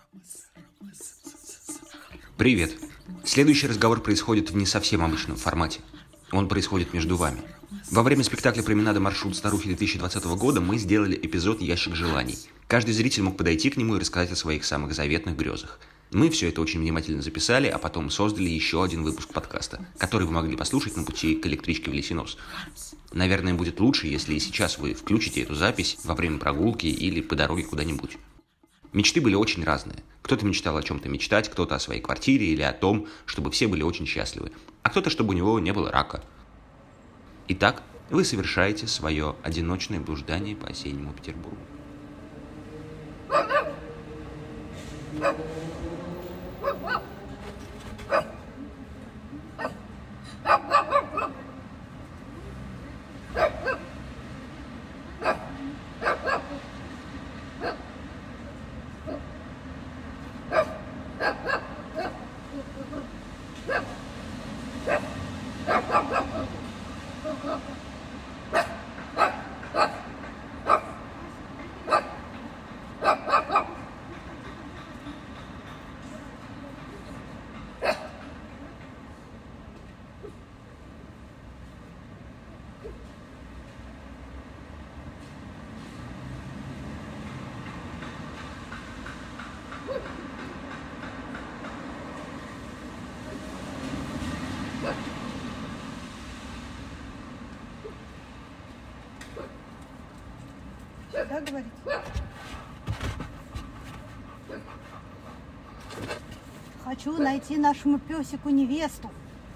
Привет. Следующий разговор происходит в не совсем обычном формате. Он происходит между вами. Во время спектакля «Променада. Маршрут старухи» 2020 года мы сделали эпизод «Ящик желаний». Каждый зритель мог подойти к нему и рассказать о своих самых заветных грезах. Мы все это очень внимательно записали, а потом создали еще один выпуск подкаста, который вы могли послушать на пути к электричке в Лисинос. Наверное, будет лучше, если и сейчас вы включите эту запись во время прогулки или по дороге куда-нибудь. Мечты были очень разные. Кто-то мечтал о чем-то мечтать, кто-то о своей квартире или о том, чтобы все были очень счастливы, а кто-то, чтобы у него не было рака. Итак, вы совершаете свое одиночное блуждание по осеннему Петербургу. Да, говорите? Хочу найти нашему песику невесту.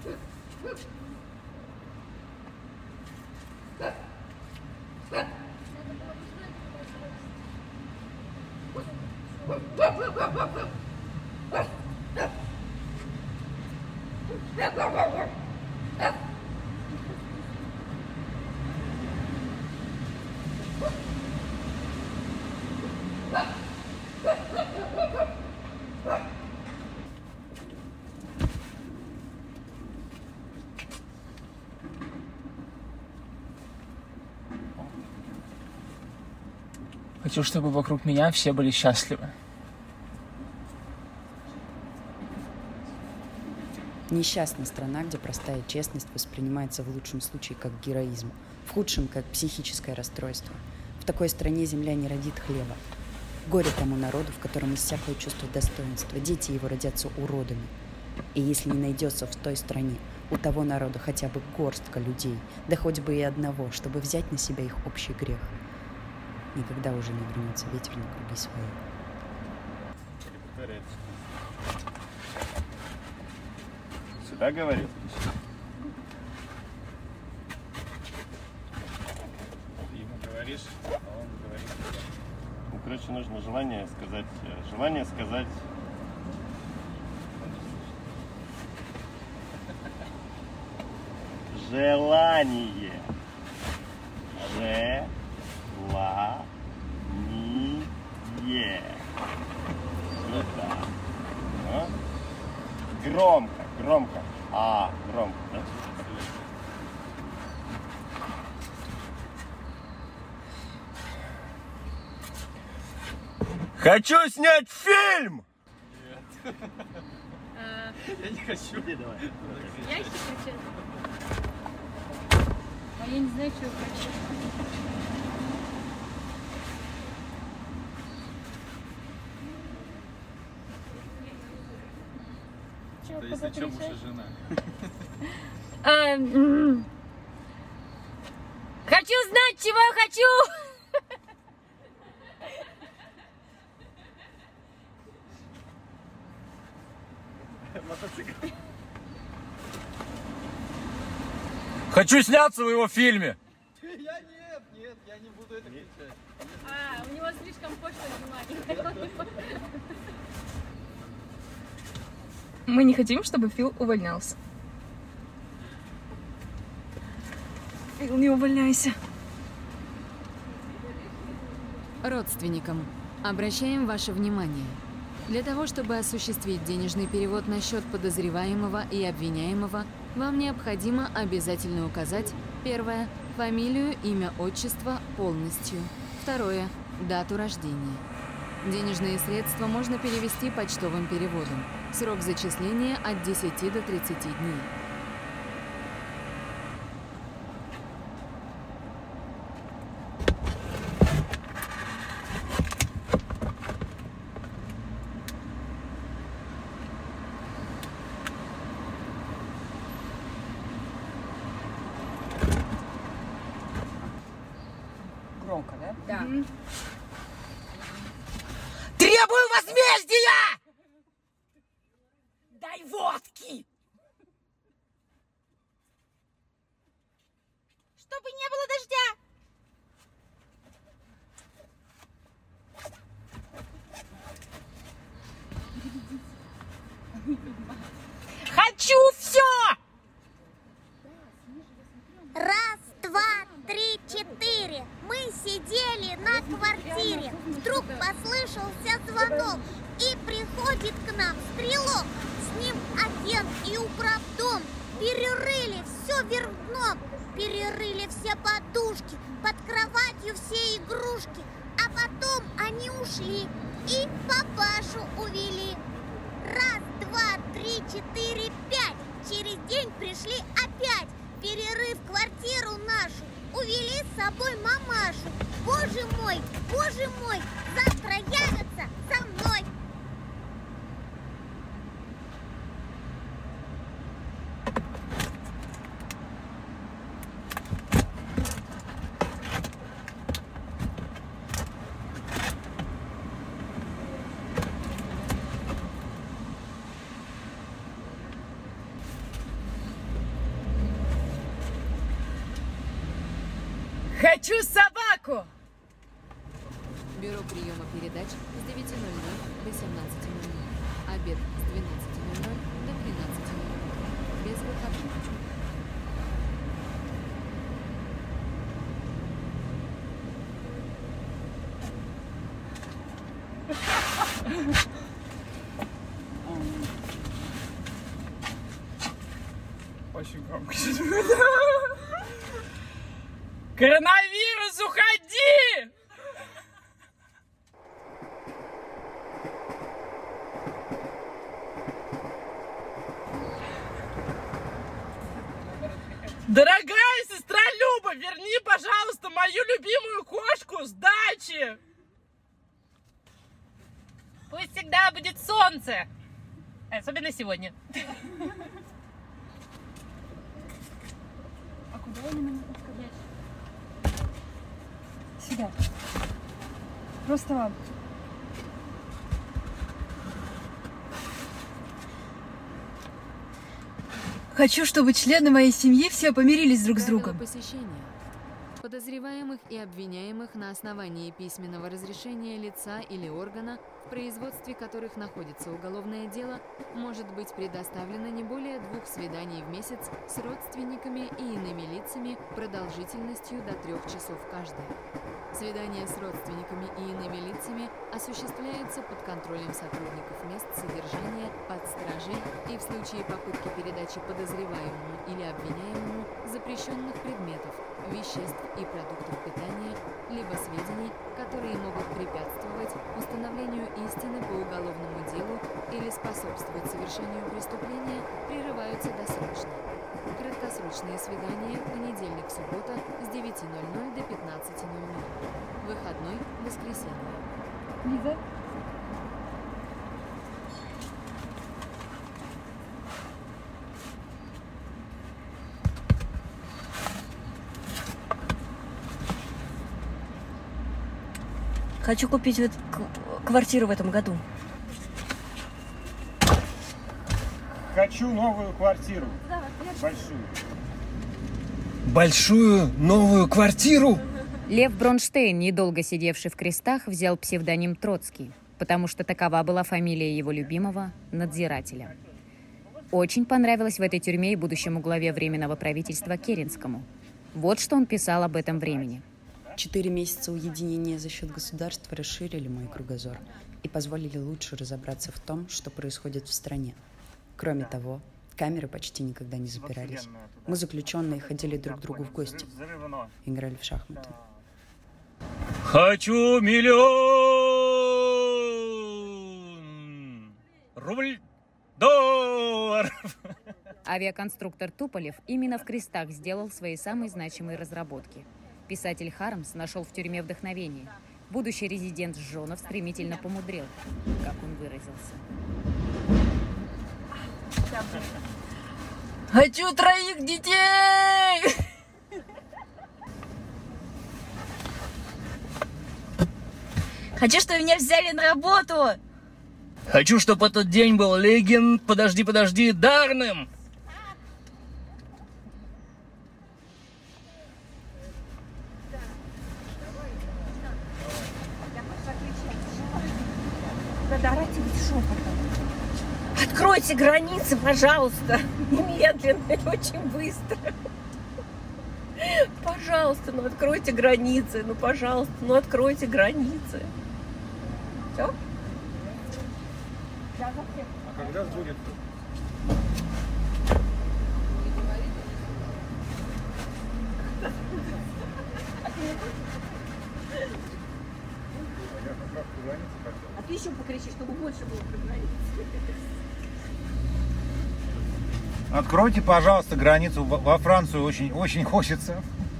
Хочу, чтобы вокруг меня все были счастливы. Несчастна страна, где простая честность воспринимается в лучшем случае как героизм, в худшем как психическое расстройство. В такой стране земля не родит хлеба. Горе тому народу, в котором иссякло чувство достоинства. Дети его родятся уродами. И если не найдется в той стране у того народа хотя бы горстка людей, да хоть бы и одного, чтобы взять на себя их общий грех, никогда уже не вернется ветер на круги свои. Сюда говорит? Ты ему говоришь, а он говорит. Ну, короче, нужно желание сказать. Желание сказать. Желание. Желание. Вот так. А? Громко, громко. Громко, да? Хочу снять фильм! Нет. Я не хочу. Иди, давай. Ящик хочу. А я не знаю, что я хочу. Да если что, муж и жена. Хочу знать, чего я хочу! Мотоцикл. Хочу сняться в его фильме. Нет, я не буду это кричать. У него слишком пошлое внимание. Мы не хотим, чтобы Фил увольнялся. Фил, не увольняйся. Родственникам. Обращаем ваше внимание. Для того, чтобы осуществить денежный перевод на счет подозреваемого и обвиняемого, вам необходимо обязательно указать: первое – фамилию, имя, отчество полностью. Второе – дату рождения. Денежные средства можно перевести почтовым переводом. Срок зачисления от 10 до 30 дней. Громко, да? Да. Требую возмездия! Дай водки! Чтобы не было дождя. Хочу все! Раз, два, три, четыре. Мы сидели на квартире. Вдруг послышался звонок. И приходит к нам стрелок. С ним агент и управдом. Перерыли все вверх дном. Перерыли все подушки. Под кроватью все игрушки. А потом они ушли и папашу увели. Раз, два, три, четыре, пять. Через день пришли опять. Перерыв квартиру нашу. Увели с собой мамашу. Боже мой, завтра явятся со мной. Хочу собаку! Бюро приема передач с 9:00 до 17:00. Обед с 12:00 до 13:00. Без выходных. Очень громко. Коронавирус, уходи! Дорогая сестра Люба, верни, пожалуйста, мою любимую кошку с дачи! Пусть всегда будет солнце. Особенно сегодня. А куда именно надо сказать? Сюда. Просто вам. Хочу, чтобы члены моей семьи все помирились друг с Правила другом. посещения. Подозреваемых и обвиняемых на основании письменного разрешения лица или органа, в производстве которых находится уголовное дело, может быть предоставлено не более 2 свиданий в месяц с родственниками и иными лицами продолжительностью до 3 часов каждое. Свидания с родственниками и иными лицами осуществляются под контролем сотрудников мест содержания, под стражей и в случае попытки передачи подозреваемому или обвиняемому запрещенных предметов, веществ и продуктов питания, либо сведений, которые могут препятствовать установлению истины по уголовному делу или способствовать совершению преступления, прерываются досрочно. Краткосрочные свидания понедельник-суббота с 9:00 до 15:00. Выходной – воскресенье. Лиза? Хочу купить вот квартиру в этом году. Хочу новую квартиру. Большую. Большую новую квартиру? Лев Бронштейн, недолго сидевший в крестах, взял псевдоним Троцкий, потому что такова была фамилия его любимого надзирателя. Очень понравилось в этой тюрьме и будущему главе Временного правительства Керенскому. Вот что он писал об этом времени. 4 месяца уединения за счет государства расширили мой кругозор и позволили лучше разобраться в том, что происходит в стране. Кроме того, камеры почти никогда не запирались. Мы, заключенные, ходили друг к другу в гости, играли в шахматы. Хочу миллион! рубль, доллар. Авиаконструктор Туполев именно в крестах сделал свои самые значимые разработки. Писатель Хармс нашел в тюрьме вдохновение. Будущий резидент Жжонов стремительно помудрел, как он выразился. Хочу 3 детей! Хочу, чтобы меня взяли на работу! Хочу, чтобы этот день был дарным! Надо орать шепотом. Откройте границы, пожалуйста. Немедленно и очень быстро. Пожалуйста, ну откройте границы. Ну, пожалуйста, ну откройте границы. Все? А когда будет? А ты еще покричи, чтобы больше было про границы. Откройте, пожалуйста, границу во Францию, очень хочется.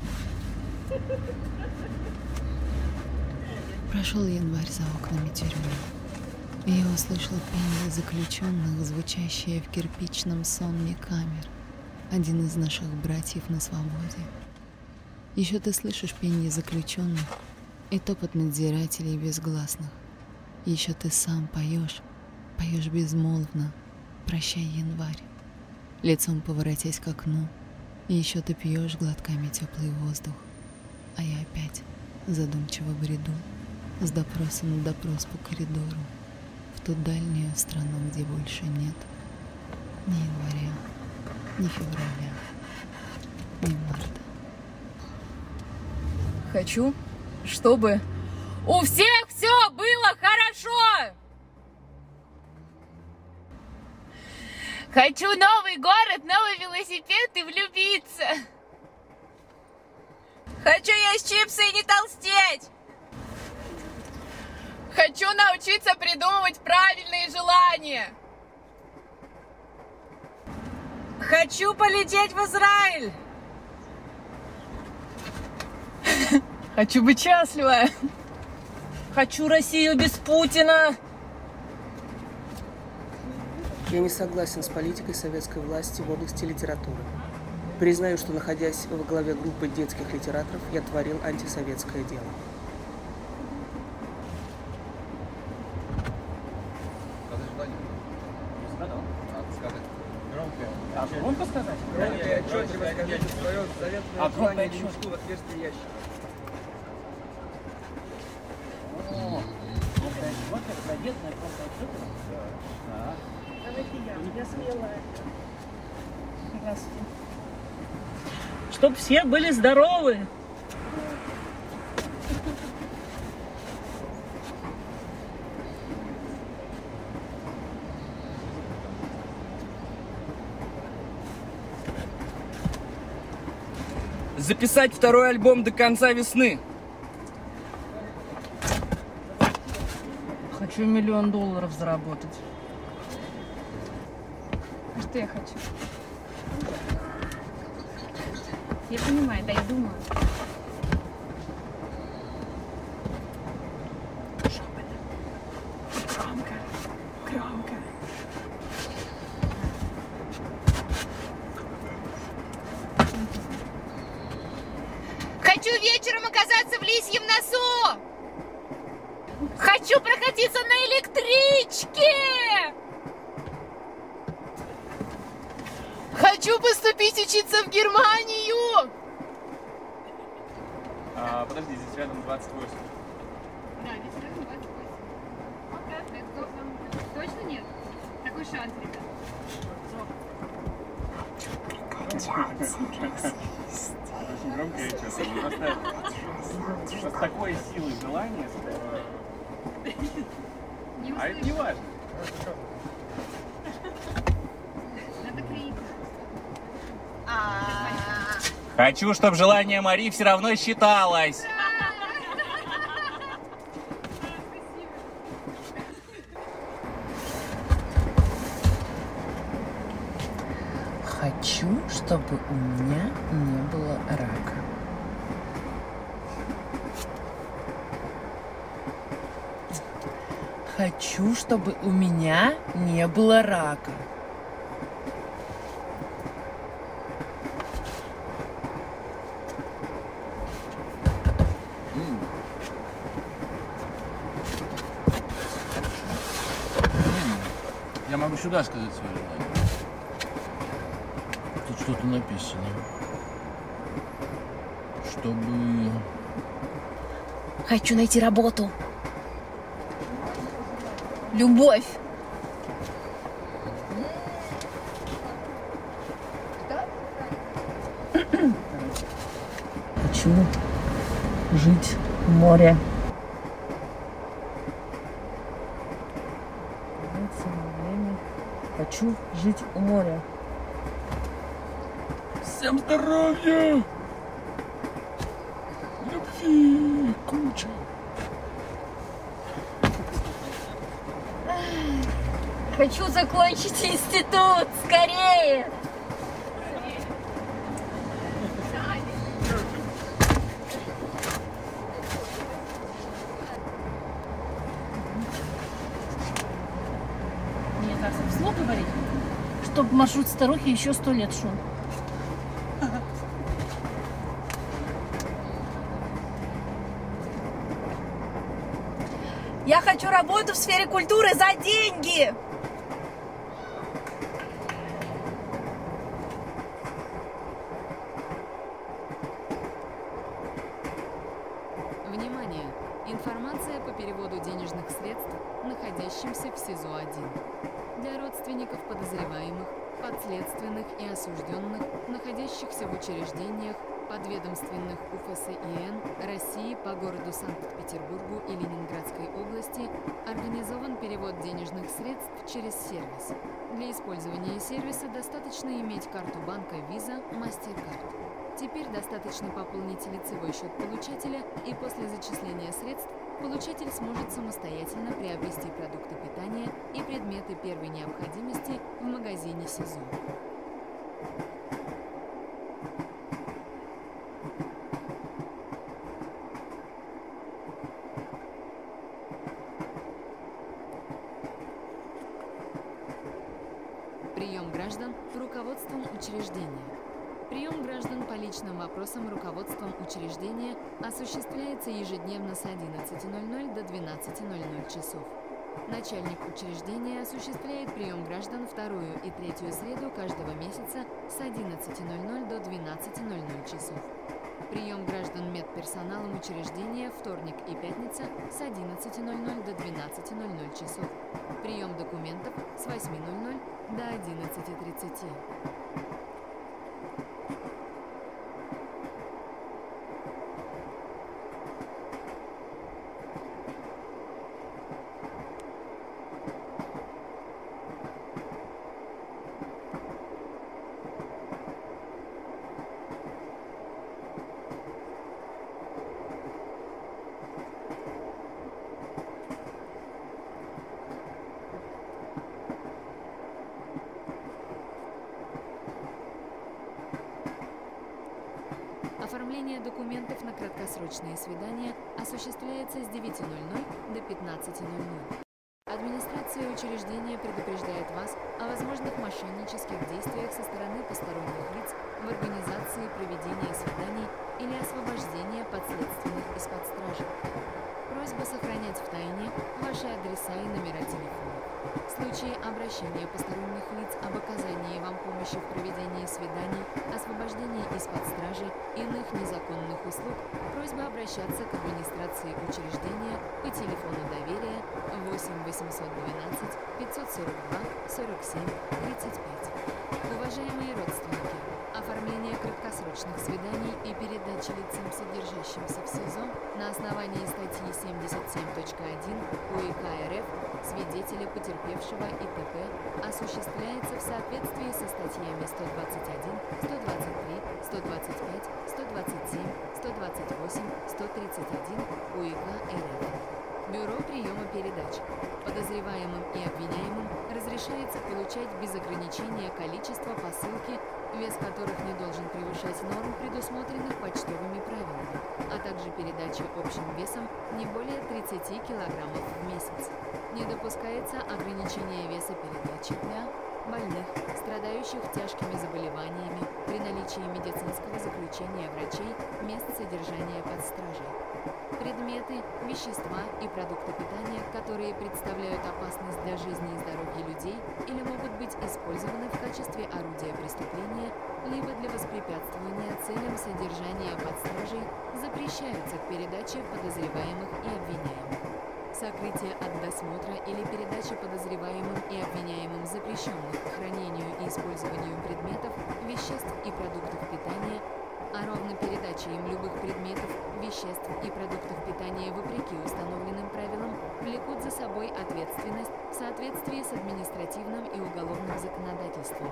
Прошел январь за окнами тюрьмы, и я услышал пение заключенных, звучащее в кирпичном сонме камер. Один из наших братьев на свободе. Еще ты слышишь пение заключенных и топот надзирателей безгласных. Еще ты сам поешь безмолвно, прощай, январь, лицом поворотясь к окну. И еще ты пьешь глотками теплый воздух, а я опять задумчиво бреду с допросом на допрос по коридору в ту дальнюю страну, где больше нет ни января, ни февраля, ни марта. Хочу, чтобы у всех все было хорошо! Хочу новый город, новый велосипед и влюбиться! Хочу есть чипсы и не толстеть! Хочу научиться придумывать правильные желания! Хочу полететь в Израиль! Хочу быть счастлива! Хочу Россию без Путина! Я не согласен с политикой советской власти в области литературы. Признаю, что, находясь во главе группы детских литераторов, я творил антисоветское дело. А громко сказать? А громко отчет в отверстие ящика. Вот как заветная громко отчет. Давайте я смелая. Здравствуйте. Чтоб все были здоровы. Записать 2-й альбом до конца весны. Хочу $1 миллион заработать. А что я хочу? Я понимаю, да, я думаю. Громко, громко. Хочу вечером оказаться в лисьем носу! Хочу прокатиться на электричке! Хочу поступить учиться в Германию! Подожди, здесь рядом 28. Да, здесь рядом 28. Точно нет? Такой шанс, ребят. Очень громкое чувство. Просто такой силы желания, что... А это не важно. Надо кричать. Хочу, чтобы желание Марии все равно считалось. Хочу, чтобы у меня не было рака. Хочу, чтобы у меня не было рака. Я могу сюда сказать свое желание. Тут что-то написано. Чтобы... Хочу найти работу. Любовь. Хочу жить в море. Хочу жить у моря. Всем здоровья! Любви куча! Хочу закончить институт. Скорее. Мне кажется, вслух говорить, чтобы маршрут старухи еще 100 лет шел. Я хочу работу в сфере культуры за деньги. Внимание! Информация по переводу денежных средств, находящимся в СИЗО-1. Для родственников подозреваемых, подследственных и осужденных, находящихся в учреждениях, подведомственных УФСИН России по городу Санкт-Петербургу и Ленинградской области, организован перевод денежных средств через сервис. Для использования сервиса достаточно иметь карту банка Visa, MasterCard. Теперь достаточно пополнить лицевой счет получателя, и после зачисления средств получатель сможет самостоятельно приобрести продукты питания и предметы первой необходимости в магазине СИЗО. Прием граждан руководством учреждения. Прием граждан по личным вопросам руководством учреждения осуществляется ежедневно с 11:00 до 12:00 часов. Начальник учреждения осуществляет прием граждан вторую и третью среду каждого месяца с 11:00 до 12:00 часов. Прием граждан медперсоналом учреждения вторник и пятница с 11:00 до 12:00 часов. Прием документов с 8:00 до 11:30. Оформление документов на краткосрочные свидания осуществляется с 9:00 до 15:00. Администрация учреждения предупреждает вас о возможных мошеннических действиях со стороны посторонних лиц в организации проведения свиданий или освобождения подследственных из-под стражи. Просьба сохранять в тайне ваши адреса и номера телефонов. В случае обращения посторонних лиц об оказании вам помощи в проведении свиданий, освобождении из-под стражи, иных незаконных услуг, просьба обращаться к администрации учреждения по телефону доверия 8 812 542 47 35. Уважаемые родственники, оформление краткосрочных свиданий и передачи лицам, содержащимся в СИЗО, на основании статьи 77.1 УИК РФ свидетеля потерпевшего ИТП осуществляется в соответствии со статьями 121, 123, 125, 127, 128, 131 УИК РФ. Бюро приема передач. Подозреваемым и обвиняемым разрешено разрешается получать без ограничения количество посылки, вес которых не должен превышать норм, предусмотренных почтовыми правилами, а также передача общим весом не более 30 килограммов в месяц. Не допускается ограничение веса передачи для больных, страдающих тяжкими заболеваниями, при наличии медицинского заключения врачей, мест содержания под стражей. Предметы, вещества и продукты питания, которые представляют опасность для жизни и здоровья людей или могут быть использованы в качестве орудия преступления, либо для воспрепятствования целям содержания под стражей, запрещаются к передаче подозреваемых и обвиняемых. Сокрытие от досмотра или передача подозреваемым и обвиняемым запрещенных к хранению и использованию предметов, веществ и продуктов питания, а ровно передача им любых предметов, веществ и продуктов питания вопреки установленным правилам, влекут за собой ответственность в соответствии с административным и уголовным законодательством.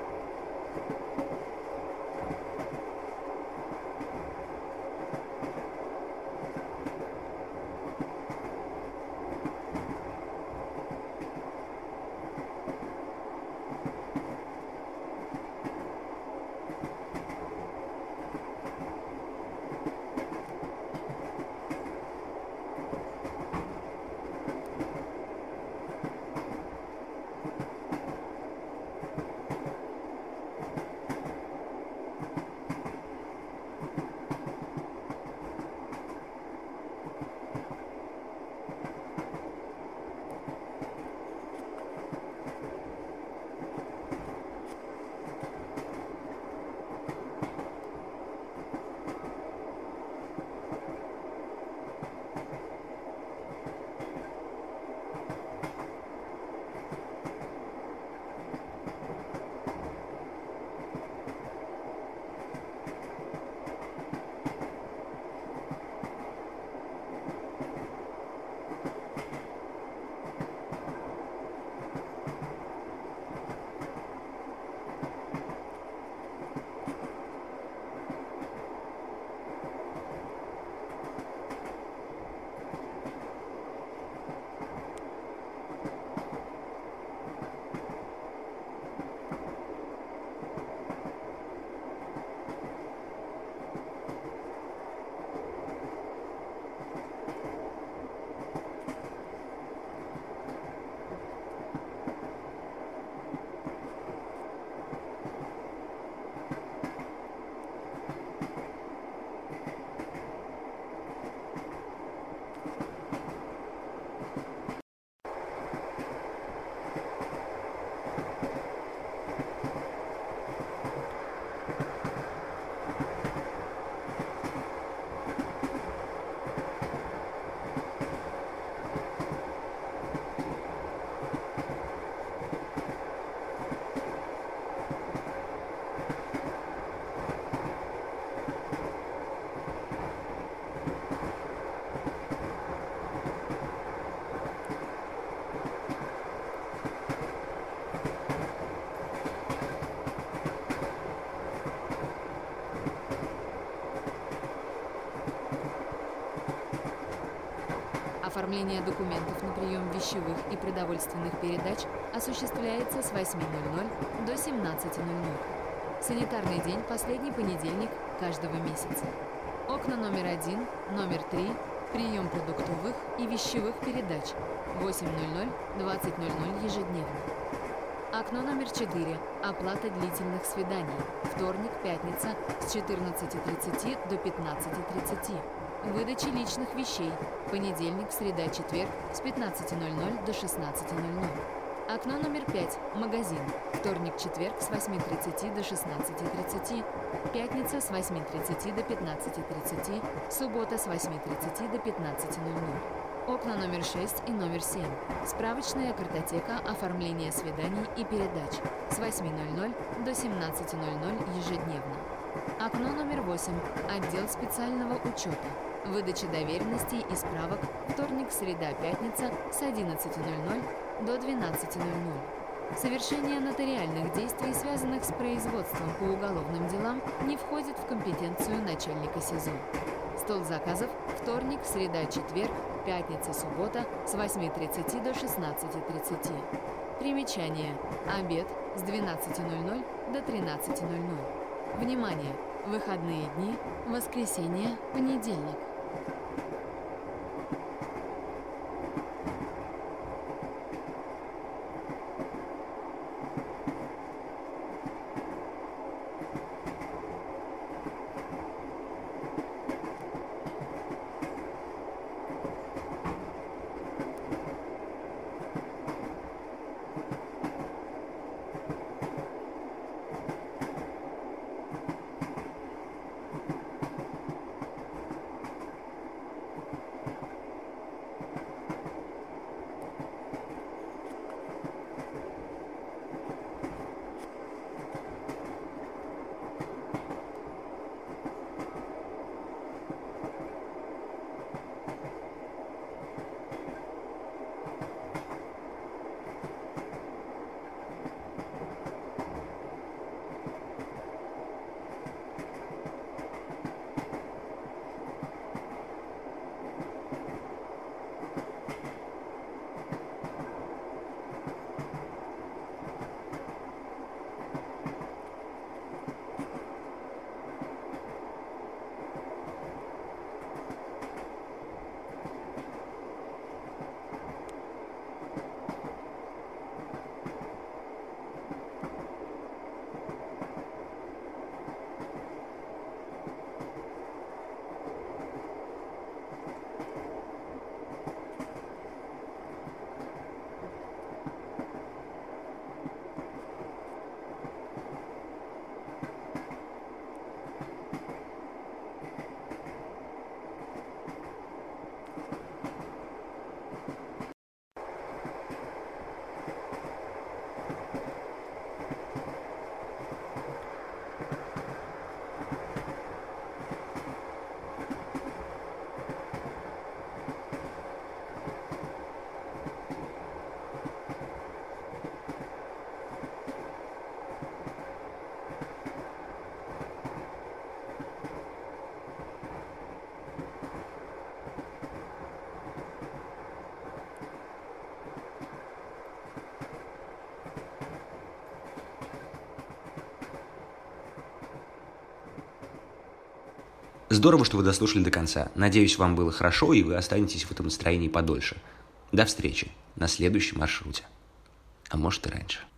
Оформление документов на прием вещевых и продовольственных передач осуществляется с 8:00 до 17:00. Санитарный день – последний понедельник каждого месяца. Окна номер 1, номер 3, прием продуктовых и вещевых передач 8:00, 20:00 ежедневно. Окно номер 4. Оплата длительных свиданий. Вторник, пятница с 14:30 до 15:30. Выдача личных вещей. Понедельник, среда, четверг с 15:00 до 16:00. Окно номер 5. Магазин. Вторник, четверг с 8:30 до 16:30. Пятница с 8:30 до 15:30. Суббота с 8:30 до 15:00. Окна номер 6 и номер 7. Справочная картотека оформления свиданий и передач с 8:00 до 17:00 ежедневно. Окно номер 8. Отдел специального учета. Выдача доверенностей и справок. Вторник, среда, пятница с 11:00 до 12:00. Совершение нотариальных действий, связанных с производством по уголовным делам, не входит в компетенцию начальника СИЗО. Стол заказов. Вторник, среда, четверг, Пятница-суббота с 8:30 до 16:30. Примечание. Обед с 12:00 до 13:00. Внимание! Выходные дни, воскресенье, понедельник. Здорово, что вы дослушали до конца. Надеюсь, вам было хорошо, и вы останетесь в этом настроении подольше. До встречи на следующем маршруте. А может и раньше.